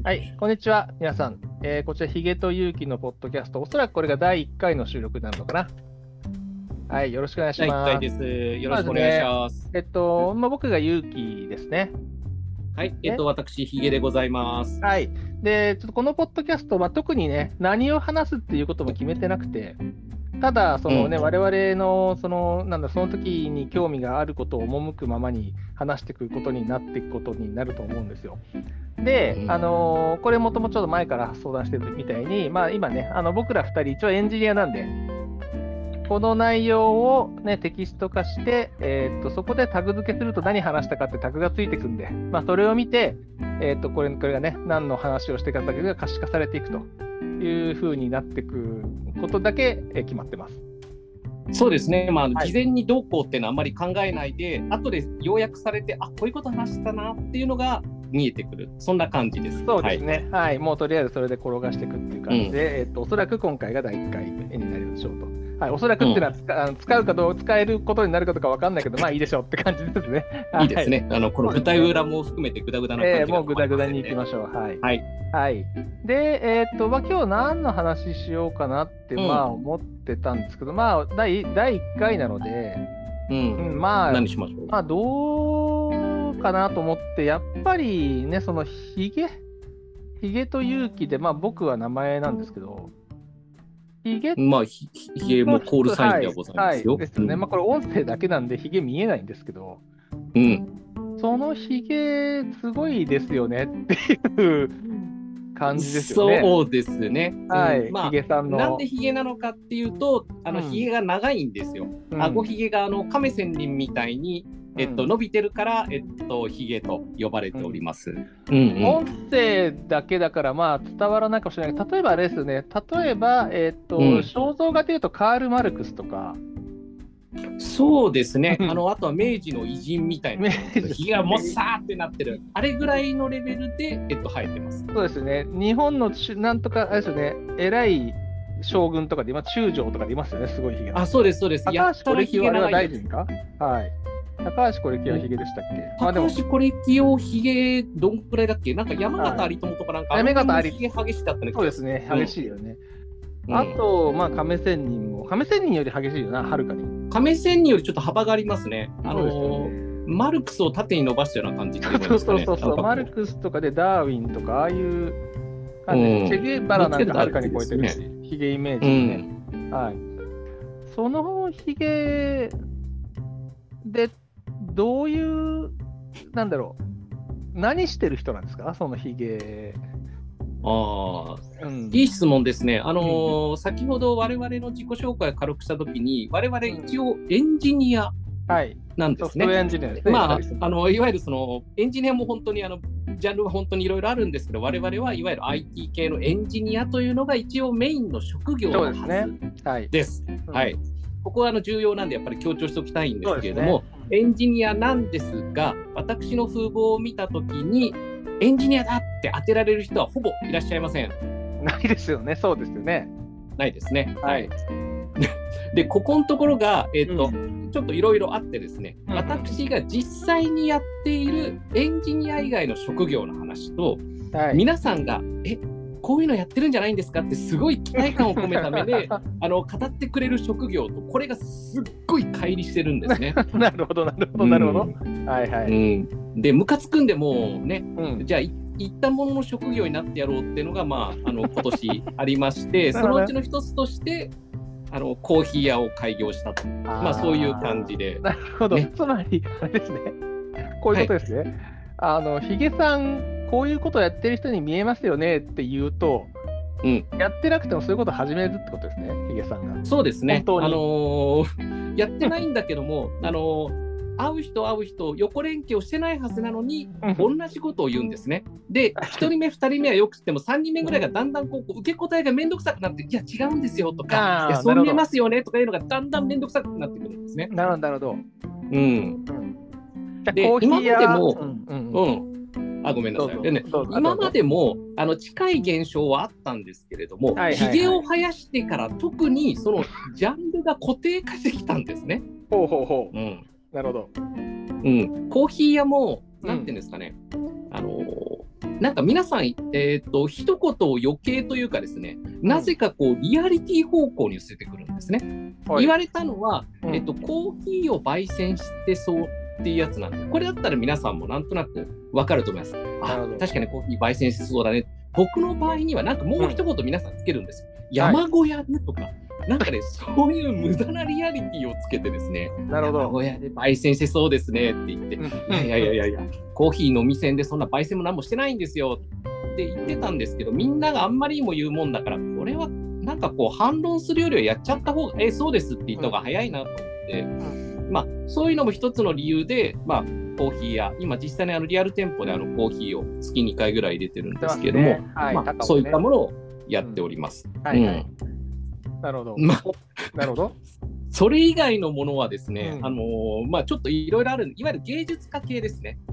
はい、こんにちは、皆さん。こちら、ヒゲと勇気のポッドキャスト、おそらくこれが第1回の収録になるのかな。はい、よろしくお願いし第1回ます。 です。よろまずしくお願いしね、 ます。 僕が勇気ですね。 はい、 ね私、ヒゲでございます。 はい。で、ちょっとこのポッドキャスト、特にね、何を話すっていうことも決めてなくて、ただ、そのね、我々の、その時に興味があることを赴くままに話していくことになっていくことになると思うんですよ。で、これもともちょっと前から相談してるみたいに、今ね、僕ら2人、一応エンジニアなんで、この内容を、ね、テキスト化して、そこでタグ付けすると何話したかってタグがついてくんで、それを見て、これがね、何の話をしてかったかが可視化されていくというふうになっていくことだけ決まってます。 そうですね、 はい、 事前にどうこうっていうのはあんまり考えないで、後で要約されて、こういうこと話したなっていうのが見えてくる、そんな感じです。 そうですね、はい、もうとりあえずそれで転がしていくっていう感じで、おそらく今回が第1回目になるでしょうと。はい、おそらくっていうのは使うかどう使えることになるかどうか分かんないけど、いいでしょうって感じですね。 いいですね。この舞台裏も含めてグダグダな感じが、 もうグダグダにいきましょう。はい。 はい。 はい、で、今日何の話しようかなって思ってたんですけど、第1回なので、 何しましょう。 どうかなと思って、やっぱりね、そのヒゲと勇気で、僕は名前なんですけど、ヒゲもコールサインではございますよ。 ですね。これ音声だけなんでヒゲ見えないんですけど、そのヒゲすごいですよねっていう感じですよね。 そうですね。 はい。ヒゲさんの。 なんでヒゲなのかっていうと、ヒゲが長いんですよ。顎ヒゲが亀仙人みたいに伸びてるから、ヒゲと呼ばれております。 音声だけだから伝わらないかもしれないけど、例えばあれですよね。例えば肖像画でいうとカール・マルクスとか。 そうですね。あとは明治の偉人みたいなひげがもっさーってなってる、あれぐらいのレベルで生えてます。 そうですね。日本のなんとかあれですよね。偉い将軍とかで今中将とかでいますよね。すごいひげ。 そうですそうです。 高橋是清は大臣か。はい。高橋是清はひげでしたっけ。 高橋是清ひげどんくらいだっけ。なんか山形有朋とかなんか山形ひげ激しかったね。 そうですね。激しいよね。あと亀仙人より激しいよな、はるかに。 亀仙人よりちょっと幅がありますね。マルクスを縦に伸ばしたような感じってことですかね。 そう。マルクスとかでダーウィンとか、ああいう感じ、チェゲバラなんかはるかに超えてるし、ヒゲイメージね。はい。そのヒゲで、どういう、何してる人なんですか、そのヒゲ。 いい質問ですね。先ほど我々の自己紹介を軽くしたときに、我々一応エンジニアなんですね。 ソフトウェアエンジニアですね。 いわゆるそのエンジニアも本当にジャンルは本当にいろいろあるんですけど、我々はいわゆる IT 系のエンジニアというのが一応メインの職業のはずです。はい。ここは重要なんでやっぱり強調しておきたいんですけれども、エンジニアなんですが、私の風貌を見たときにエンジニアだって当てられる人はほぼいらっしゃいません。 ないですよね。そうですよね。 ないですね。はい。で、ここのところが、ちょっといろいろあってですね、私が実際にやっているエンジニア以外の職業の話と、皆さんが、こういうのやってるんじゃないんですかってすごい期待感を込めた目で語ってくれる職業と、これがすっごい乖離してるんですね。 なるほど。はいはい。 で、ムカつくんでもうね、じゃあ言ったものの職業になってやろうっていうのが、今年ありましてそのうちの一つとしてコーヒー屋を開業したと、そういう感じで。 なるほど、つまりあれですね、こういうことですね。ヒゲさんこういうことをやってる人に見えますよねって言うと、やってなくてもそういうことを始めるってことですね、ヒゲさんが。 そうですね。やってないんだけども会う人横連携をしてないはずなのに同じことを言うんですね。で、1人目2人目はよくても3人目ぐらいがだんだん受け答えがめんどくさくなって、いや違うんですよとか、いやそう見えますよねとかいうのがだんだんめんどくさくなってくるんですね。 なるほど。 で、今までもごめんなさい。今までも近い現象はあったんですけれども、ひげを生やしてから特にそのジャンルが固定化してきたんですね。なるほど。コーヒー屋もなんていうんですかね、 なんか皆さん、一言を余計というかですね、なぜかこうリアリティ方向に寄せてくるんですね。言われたのは、コーヒーを焙煎してそうっていうやつなんで、これだったら皆さんもなんとなく分かると思います。確かにコーヒー焙煎してそうだね。僕の場合にはなんかもう一言皆さんつけるんですよ。山小屋でとか。なんかね、そういう無駄なリアリティをつけてですね、 なるほど。 山小屋で焙煎してそうですねって言って、いや、コーヒーの店でそんな焙煎も何もしてないんですよって言ってたんですけど、みんながあんまりにも言うもんだから、これはなんかこう反論するよりはやっちゃった方が、そうですって言った方が早いなと思って、そういうのも一つの理由で、コーヒー屋、今実際にリアル店舗でコーヒーを月2回ぐらい入れてるんですけども、そういったものをやっております。 なるほど。なるほど。 それ以外のものはですね、ちょっといろいろある、いわゆる芸術家系ですね。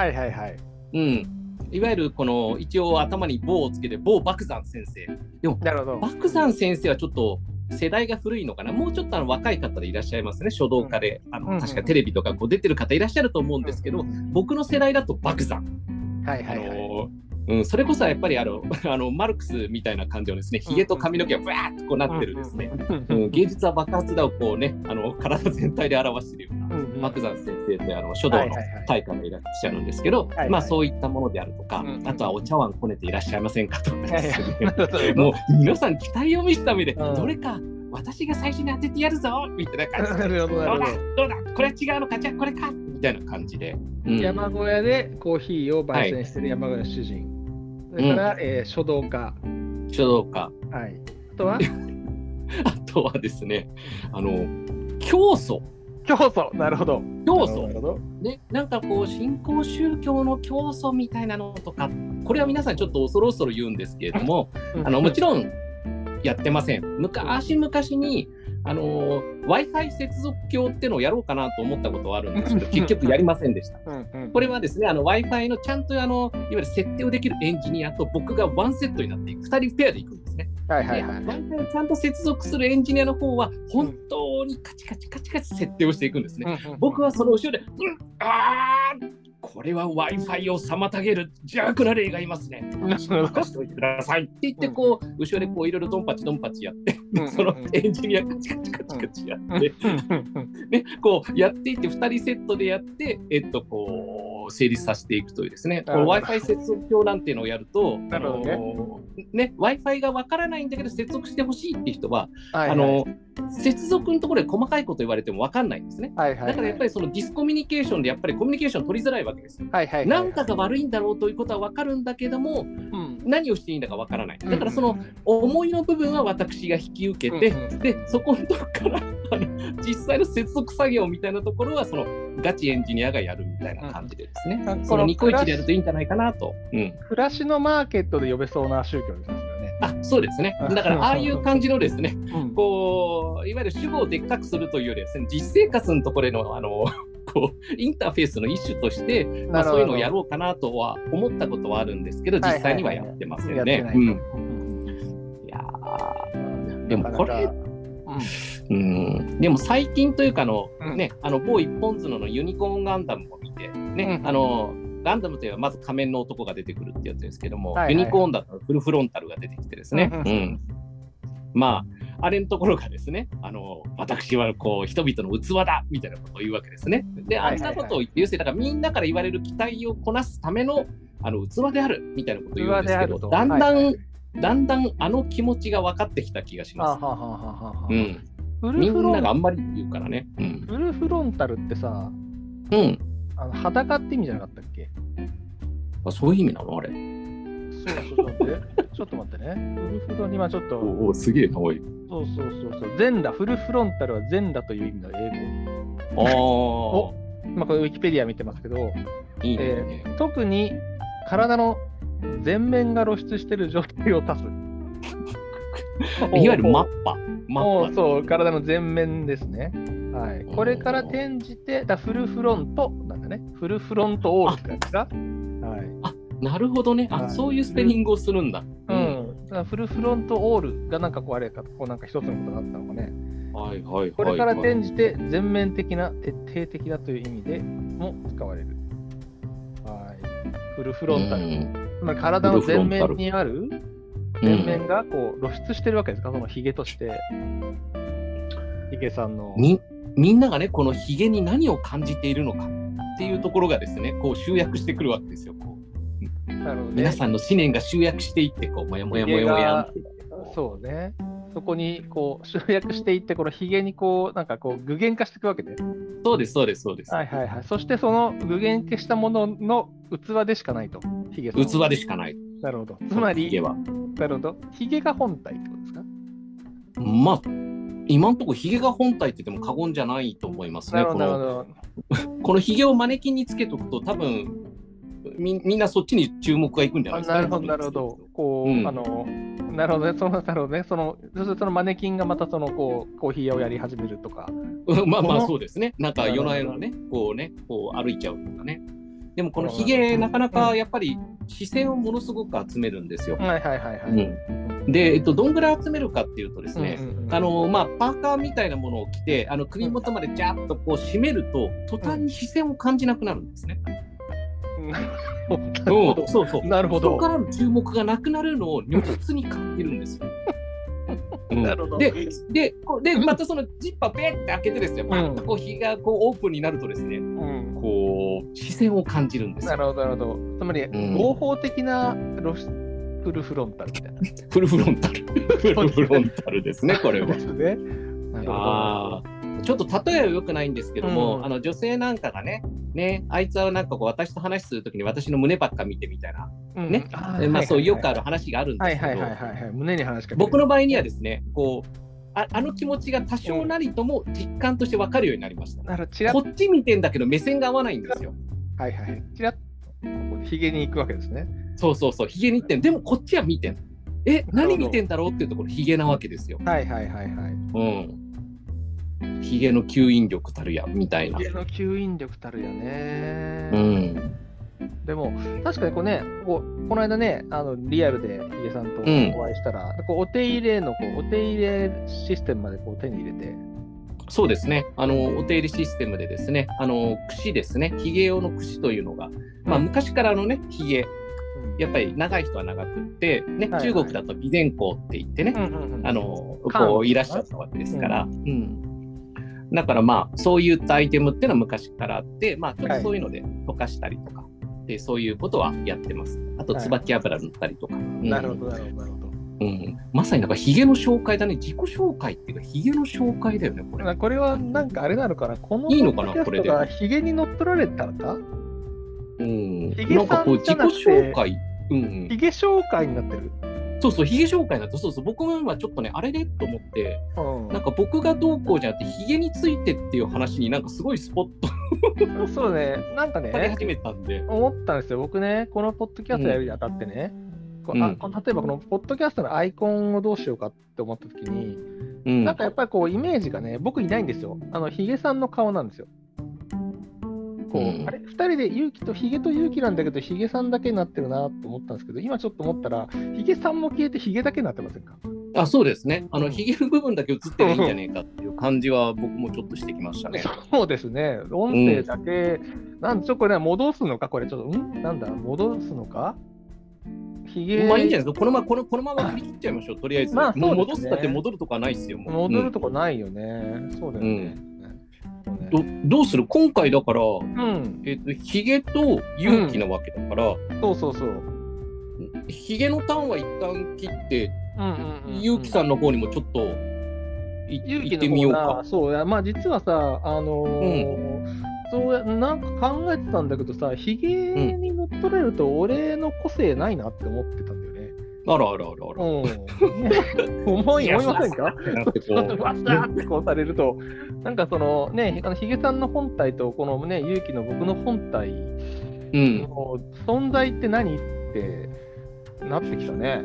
いわゆるこの一応頭に棒をつけて某莫山先生。でも莫山先生はちょっと世代が古いのかな。もうちょっと若い方でいらっしゃいますね。書道家で確かテレビとかこう出てる方いらっしゃると思うんですけど、僕の世代だと莫山。それこそやっぱりマルクスみたいな感じのですね、ひげと髪の毛がブワーッとこうなってるですね、芸術は爆発だをこうね、体全体で表しているような、莫山先生って書道の大家がいらっしゃるんですけど、そういったものであるとか、あとはお茶碗こねていらっしゃいませんかとかですね、もう皆さん期待を見せた目で、どれか私が最初に当ててやるぞみたいな感じで、どうだこれは違うのか、じゃあこれかみたいな感じで、 山小屋でコーヒーを焙煎してる山小屋主人、それから、書道家。あとはあとはですね、教祖。 なるほど。 教祖。ね、なんかこう、新興宗教の教祖みたいなのとか、これは皆さんちょっと恐る恐る言うんですけれども、もちろんやってません。昔々に、Wi-Fi 接続鏡っていうのをやろうかなと思ったことはあるんですけど、結局やりませんでした。これはですね、Wi-Fi のちゃんといわゆる設定をできるエンジニアと僕がワンセットになっていく、2人ペアで行くんですね。Wi-Fi をちゃんと接続するエンジニアの方は、本当にカチカチ設定をしていくんですね。僕はその後ろで、これは Wi-Fi を妨げる邪悪な霊がいますね。任しておいてくださいって言って、こう、後ろでこういろいろドンパチやって、そのエンジニアカチカチやって、ね、こうやっていって2人セットでやって、こう、成立させていくというですね、Wi-Fi 接続鏡なんていうのをやると、Wi-Fi がわからないんだけど接続してほしいって人は、接続のところで細かいこと言われてもわかんないんですね。だからやっぱりそのディスコミュニケーションでやっぱりコミュニケーション取りづらいわけですよ。何かが悪いんだろうということはわかるんだけども、何をしていいんだかわからない。だからその思いの部分は私が引き受けて、でそこのとこから実際の接続作業みたいなところはそのガチエンジニアがやるみたいな感じでですね、そのニコイチでやるといいんじゃないかなと。 暮らしのマーケットで呼べそうな宗教ですよね。 そうですね。だからああいう感じのですね、こういわゆる主語をでっかくするというよりですね、実生活のところのこうインターフェースの一種として、そういうのをやろうかなとは思ったことはあるんですけど、実際にはやってませんね。いやでもこれ、でも最近というかね、某一本角のユニコーンガンダムを見てね、ガンダムというのはまず仮面の男が出てくるってやつですけども、ユニコーンだとフルフロンタルが出てきてですね、あれのところがですね、私はこう人々の器だみたいなことを言うわけですね。で、あんなことを言って、要するにだからみんなから言われる期待をこなすための器であるみたいなことを言うんですけど、だんだん気持ちが分かってきた気がします。みんながあんまり言うからね。 フルフロンタルってさ、裸って意味じゃなかったっけ？ そういう意味なのあれ。 ちょっと待ってね。フルフロン今ちょっと。 すげえな、おい。 そう。全裸、フルフロンタルは全裸という意味の英語。これウィキペディア見てますけど、特に体の前面が露出している状態を指す。 いわゆるマッパ。 そう、体の前面ですね。これから転じて、フルフロントなんだね。フルフロントオールってやつか。 なるほどね。そういうスペリングをするんだ。 フルフロントオールがなんかこうあれか、こうなんか一つのことがあったのかね。これから転じて全面的な、徹底的なという意味でも使われる。フルフロンタル。 つまり体の前面にある前面がこう露出してるわけですか、そのヒゲとして。ヒゲさんの。 みんながね、このヒゲに何を感じているのかっていうところがですね、こう集約してくるわけですよ。こうなるほどね、皆さんの思念が集約していって、こうもやもやもやもやって。 そうね。そこにこう集約していって、このヒゲにこうなんかこう具現化していくわけね。 そうですそうですそうです。 はいはいはい。そしてその具現化したものの器でしかないと。 ヒゲ器でしかない。 なるほど。つまりヒゲは。なるほど。ヒゲが本体ってことですか？ まあ今のところヒゲが本体って言っても過言じゃないと思いますね。このヒゲをマネキンにつけとくと多分みんなそっちに注目がいくんじゃないですか。 なるほどなるほど。こう、なるほどね。なるほどね。そのマネキンがまたそのこうヒゲをやり始めるとか。 まあそうですね。なんか夜な夜なねこう歩いちゃうとかね。でもこのヒゲなかなかやっぱり視線をものすごく集めるんですよ。 はいはいはいはい。 で、どんぐらい集めるかっていうとですね、パーカーみたいなものを着て首元までジャーッとこう締めると途端に視線を感じなくなるんですね。そうそう。なるほど。そこからの注目がなくなるのを如実に感じるんですよ。なるほど。でまたそのジッパーペッて開けてですよ、パッとこう日がこうオープンになるとですね、こう視線を感じるんですよ。 なるほどなるほど。つまり合法的なフルフロンタルみたいな。 フルフロンタルですね、これは。 ですね。なるほど。 ちょっと例えは良くないんですけども、女性なんかがね、あいつはなんかこう私と話するときに私の胸ばっか見てみたいな、そうよくある話があるんですけど、 胸に話しかけて僕の場合にはですね、こうあの気持ちが多少なりとも実感として分かるようになりました。こっち見てんだけど目線が合わないんですよ。 はいはい。ちらっとヒゲに行くわけですね。 そうそうそう、ヒゲに行ってん。でもこっちは見てん。何見てんだろうっていうところヒゲなわけですよ。 はいはいはいはい。 ヒゲの吸引力たるやみたいな。 ヒゲの吸引力たるやね。でも確かにこうね、この間ね、リアルでヒゲさんとお会いしたら、お手入れシステムまでこう手に入れて。 そうですね。お手入れシステムでですね、櫛ですね、ヒゲ用の櫛というのが、昔からね、ヒゲ。やっぱり長い人は長くって、ね、中国だと備前公って言ってね、こういらっしゃったわけですから。だからそういったアイテムっていうのは昔からあって、ちょっとそういうので溶かしたりとか、でそういうことはやってます。あと椿油塗ったりとか。 なるほどなるほどなるほど。 まさになんかヒゲの紹介だね。自己紹介っていうかヒゲの紹介だよねこれ。 これはなんかあれなのかな。このいいのかなこれで。 ヒゲに乗っ取られたのか。 なんかこう自己紹介。 ヒゲ紹介になってる。 そうそう、ヒゲ紹介になって、そうそう、僕も今ちょっとね、あれでと思って、なんか僕がどうこうじゃなくて、ヒゲについてっていう話になんかすごいスポットそうね、なんかね、 始めたんで思ったんですよ。僕ね、このポッドキャストやるにあたってね、例えばこのポッドキャストのアイコンをどうしようかって思ったときに、なんかやっぱりこうイメージがね、僕いないんですよ。ヒゲさんの顔なんですよ。あれ2人で勇気とヒゲと勇気なんだけどヒゲさんだけになってるなと思ったんですけど、今ちょっと思ったらヒゲさんも消えてヒゲだけになってませんか？ そうですね。ヒゲの部分だけ映ってるんじゃねえかっていう感じは僕もちょっとしてきましたね。 そうですね。音声だけ、これ戻すのかこれちょっとなんだ戻すのか？ヒゲいいんじゃないですか。このまま振り切っちゃいましょう。とりあえず。もう戻すだって戻るとかないですよ。 戻るとかないよね。そうだよね。 どうする今回だから、ヒゲと勇気なわけだから、 そうヒゲのターンは一旦切って、勇気さんの方にもちょっと行ってみようか。 そうや、実はさ、そうなんか考えてたんだけどさ、ヒゲに乗っ取られると俺の個性ないなって思ってたんだよね。 あら。 思いませんか？わーってこうされると、なんかそのね、ヒゲさんの本体とこのね、勇気の僕の本体の存在って何ってなってきたね。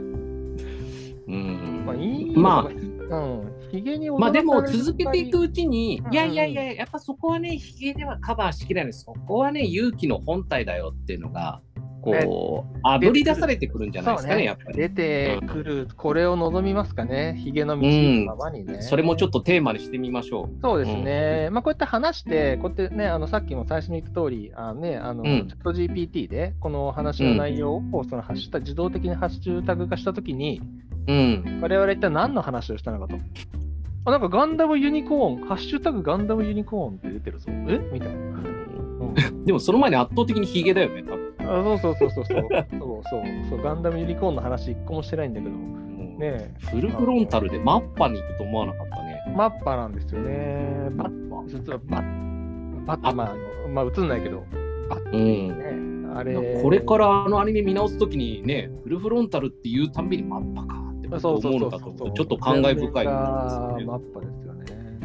ヒゲにでも続けていくうちに、やっぱそこはね、ヒゲではカバーしきれない。そこはね、勇気の本体だよっていうのがこうあぶり出されてくるんじゃないですかね、やっぱり。 出てくる、これを望みますかね、ひげの道のままにね、 それもちょっとテーマにしてみましょう。 そうですね、こうやって話して、こうやってね、さっきも最初に言った通り、チャット GPT でこの話の内容をその自動的にハッシュタグ化したときに、我々一体何の話をしたのかと。なんかガンダムユニコーン、ハッシュタグガンダムユニコーンって出てるぞ。みたいな。 でもその前に圧倒的にヒゲだよね、多分。 そうガンダムユニコーンの話一個もしてないんだけど。ね、 フルフロンタルでマッパに行くと思わなかったね。 マッパなんですよね。実はバッ、まあ映んないけど、バッね。あれこれからアニメ見直すときにね、フルフロンタルっていうたんびにマッパかって思うのかと思って、ちょっと感慨深いですね。 マッパですよね。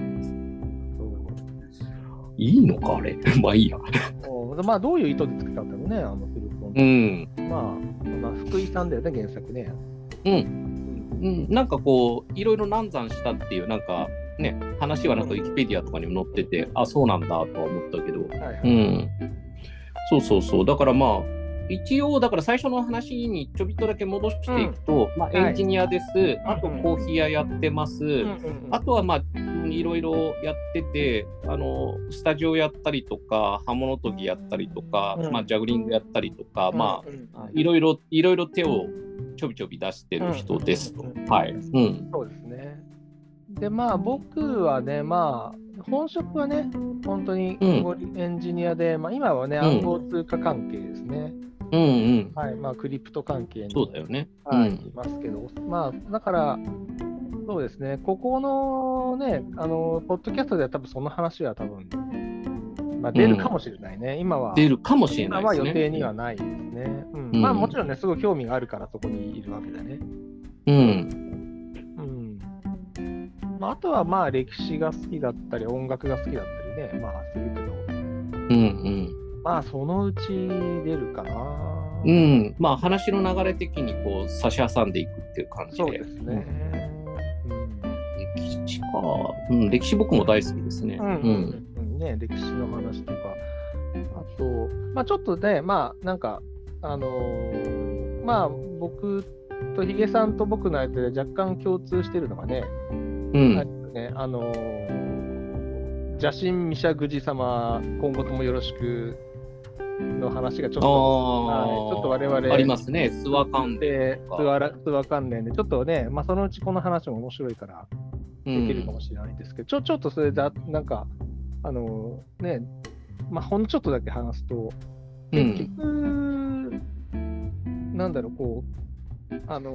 いいのかあれまあいいや。 まあどういう意図で作ったんだろうね、フルフロンタル。まあ福井さんだよね、原作ね。 なんかこういろいろ難産したっていうなんかね話はなんかウィキペディアとかにも載ってて、あ、そうなんだとは思ったけど、そうだからまあ一応だから最初の話にちょびっとだけ戻していくと、エンジニアです、あとコーヒー屋やってます、あとはまあいろいろやってて、スタジオやったりとか刃物研ぎやったりとか、ジャグリングやったりとか、いろいろ手をちょびちょび出してる人ですと。 そうですね。で僕はね、本職はね本当にエンジニアで、今はね暗号通貨関係ですね。クリプト関係にそうだよね、 いますけど、だからそうですね、ここのねポッドキャストでは多分その話は多分、出るかもしれないね。今は出るかもしれないですね。 今は予定にはないですね。もちろんねすごい興味があるからそこにいるわけだね。あとは歴史が好きだったり音楽が好きだったりねするけど、そのうち出るかな。 話の流れ的にこう差し挟んでいくっていう感じで。 そうですね。 歴史か。歴史僕も大好きですね。 歴史の話とか、あとちょっとねなんか僕とヒゲさんと僕の間で若干共通してるのがね、邪神ミシャグジ様今後ともよろしくの話がちょっと我々 ありますね。諏訪関連とか諏訪関連でちょっとね、そのうちこの話も面白いからできるかもしれないんですけど、ちょっとそれでなんかほんのちょっとだけ話すと、結局なんだろう、こう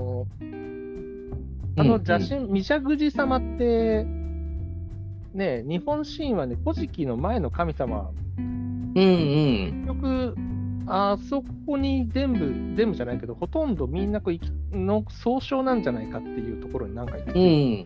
邪神ミシャグジ様ってね、日本神話ね、古事記の前の神様、結局あそこに全部じゃないけど、ほとんどみんなの総称なんじゃないかっていうところに何か言ってて、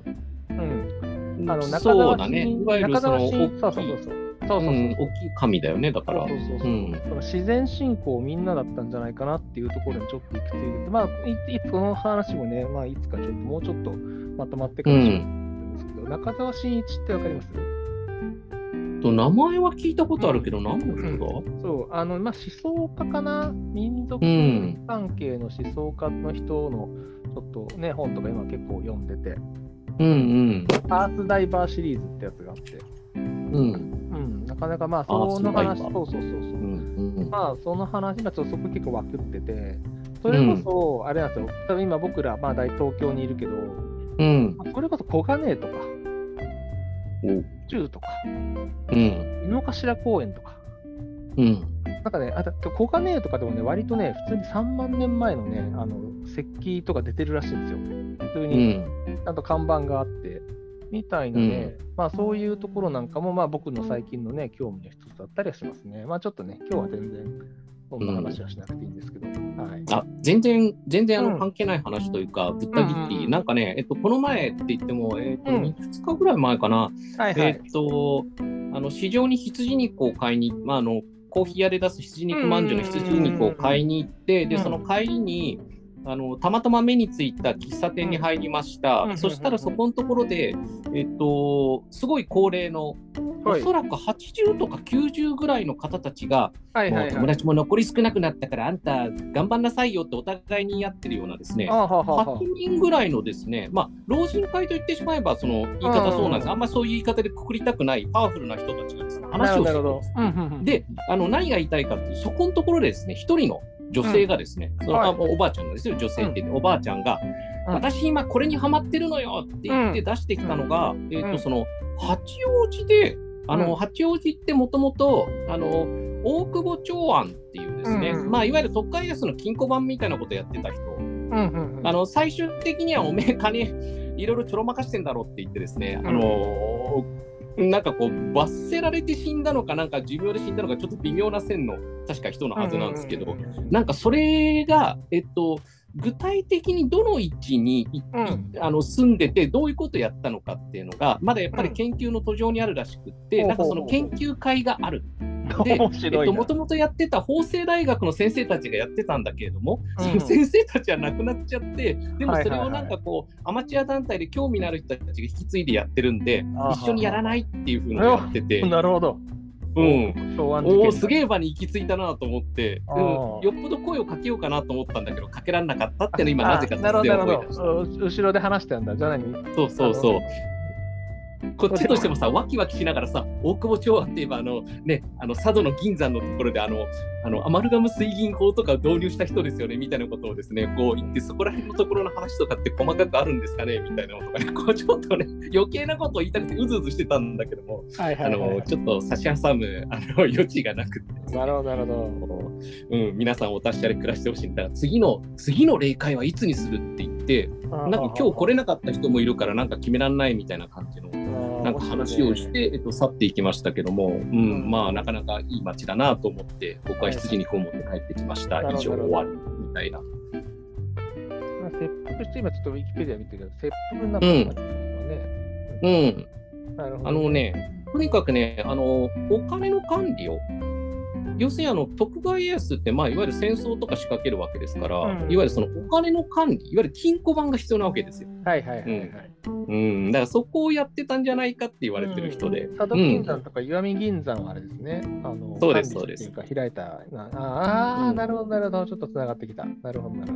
そうだね、いわゆるその大きい大きい神だよね、だから。 自然信仰みんなだったんじゃないかなっていうところにちょっと行き着いて、この話もね、いつかちょっともうちょっとまとまってからしようと思うんですけど、中澤真一ってわかります？ 名前は聞いたことあるけど、何の人だ？ そう、思想家かな、民族関係の思想家の人のちょっとね、本とか今結構読んでて、アースダイバーシリーズってやつがあって、なかなかその話、その話がそこ結構枠ってて、それこそ、あれなんですよ、多分今僕ら東京にいるけど、それこそ小金とか、中とか、井の頭公園とか、なんかね、小金とかでもね、割とね、普通に3万年前のね、石器とか出てるらしいんですよ。普通に、ちゃんと看板があって、みたいなね、そういうところなんかも、僕の最近のね、興味の一つだったりはしますね。ちょっとね、今日は全然、そんな話はしなくていいんですけど。 全然関係ない話というか、ぶった切り、なんかね、この前って言っても、2日ぐらい前かな、市場に羊肉を買いに、コーヒー屋で出す羊肉まんじゅうの羊肉を買いに行って、で、その帰りに、 たまたま目についた喫茶店に入りました。そしたらそこのところで、すごい高齢の、おそらく80とか90ぐらいの方たちが、友達も残り少なくなったからあんた頑張んなさいよってお互いにやってるようなですね、8人ぐらいのですね、老人会と言ってしまえばその言い方そうなんです。あんまりそういう言い方でくくりたくないパワフルな人たちがですね、話をしてるんです。で、何が言いたいかっていう、そこのところでですね、一人の女性がですね、おばあちゃんなんですよ、女性って言って、おばあちゃんが、私今これにハマってるのよって言って出してきたのが、その八王子で、八王子ってもともと大久保長安っていうですね、いわゆる徳川家康の金庫番みたいなことをやってた人、最終的にはおめえ金いろいろちょろまかしてんだろうって言ってですね、なんかこう罰せられて死んだのかなんか寿命で死んだのかちょっと微妙な線の確か人のはずなんですけど、なんかそれが具体的にどの位置に、住んでてどういうことをやったのかっていうのがまだやっぱり研究の途上にあるらしくって、なんかその研究会がある。で、もともとやってた法政大学の先生たちがやってたんだけれども、その先生たちは亡くなっちゃって、でもそれをなんかこうアマチュア団体で興味のある人たちが引き継いでやってるんで、一緒にやらないっていうふうにやってて。 なるほど。 すげえ場に行き着いたなと思って、よっぽど声をかけようかなと思ったんだけどかけられなかったっていうの今なぜか突然思い出した。 後ろで話してたんだ。じゃあ何？ そう。こっちとしてもさ、ワキワキしながらさ、大久保長安って言えば佐渡の銀山のところでアマルガム水銀法とかを導入した人ですよねみたいなことをですね、こう言って、そこら辺のところの話とかって細かくあるんですかねみたいなのとかね、こうちょっとね余計なことを言いたくてうずうずしてたんだけども、ちょっと差し挟む余地がなくて、ね、 なるほど、 皆さんお達者で暮らしてほしいんだから、次の霊界はいつにするって言って、なんか今日来れなかった人もいるからなんか決めらんないみたいな感じのなんか話をして、去っていきましたけども、なかなかいい街だなと思って僕は羊肉を持って帰ってきました。以上終わりみたいな。 切腹して今ちょっとウィキペディア見てるけど、切腹になったんですね。とにかくね、お金の管理を、要するに徳川家康って、いわゆる戦争とか仕掛けるわけですから、いわゆるそのお金の管理、いわゆる金庫番が必要なわけですよ。だからそこをやってたんじゃないかって言われてる人で。 佐渡銀山とか石見銀山はあれですね。 そうです。 開いた。なるほど、ちょっとつながってきた。なるほど。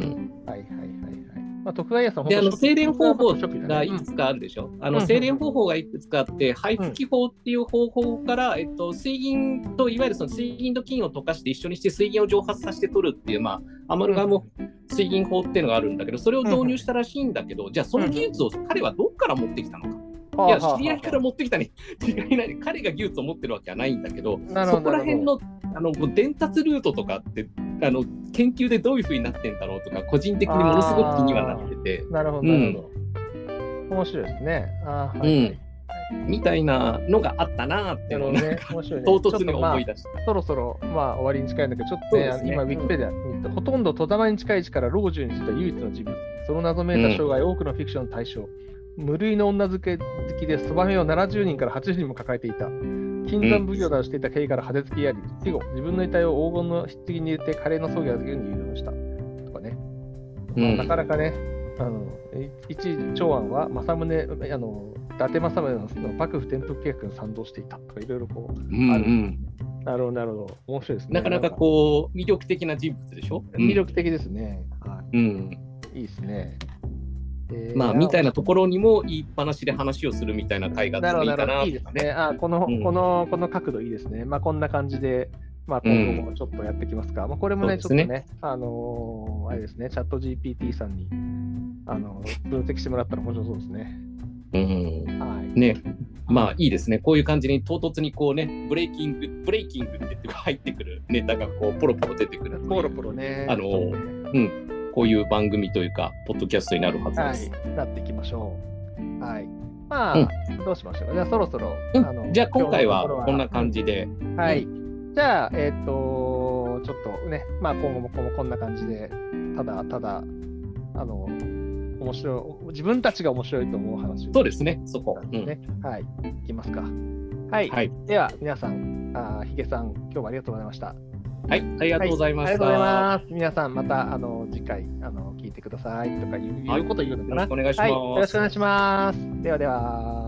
徳川家康で精錬方法がいくつかあるでしょ。精錬方法がいくつかあって、灰吹き法っていう方法から、水銀といわゆるその水銀と金を溶かして一緒にして水銀を蒸発させて取るっていう、アマルガム水銀法っていうのがあるんだけど、それを導入したらしいんだけど、じゃあその技術を彼はどっから持ってきたのか。いや、知り合いから持ってきたに違いない。彼が技術を持ってるわけはないんだけど、そこら辺の伝達ルートとかって研究でどういう風になってんだろうとか、個人的にものすごく気にはなってて。 なるほど。面白いですね。 みたいなのがあったなっていうのを唐突に思い出した。 そろそろ終わりに近いんだけど、ちょっとね、今ウィキペディア見ると、ほとんど戸玉に近い位置から老中についた唯一の人物、その謎めいた生涯、多くのフィクションの対象。無類の女好きでそばめを70人から80人も抱えていた。金山奉行などしていた経緯から派手付きあり、以後自分の遺体を黄金の棺に入れて華麗な葬儀を預けるように誘導したとかね。なかなかね、一長安は政宗、伊達政宗の幕府転覆計画に賛同していたとか、いろいろこうある。なるほど、面白いですね。 なかなかこう魅力的な人物でしょ。 魅力的ですね。いいですね。 みたいなところにも言いっぱなしで話をするみたいな会があってもいいかな。 いいですね。この角度いいですね。こんな感じで、今後もちょっとやってきますか。これもね、ちょっとね、あれですね、チャット GPT さんに分析してもらったら面白そうですね。 いいですね。こういう感じに唐突にこうね、ブレイキングって入ってくるネタがこうポロポロ出てくる。 ポロポロね。 こういう番組というか、ポッドキャストになるはずです。 なっていきましょう。どうしましょうか。じゃあそろそろ。 じゃあ今回はこんな感じで。 じゃあ、ちょっとね、今後もこんな感じで、ただ、面白い、自分たちが面白いと思う話を。 そうですね、そこ。 いきますか。では、皆さん、ヒゲさん、今日もありがとうございました。 はい、ありがとうございました。 ありがとうございます。皆さん、また次回聞いてくださいとかいうことを言うのかな。 よろしくお願いします。 よろしくお願いします。ではでは。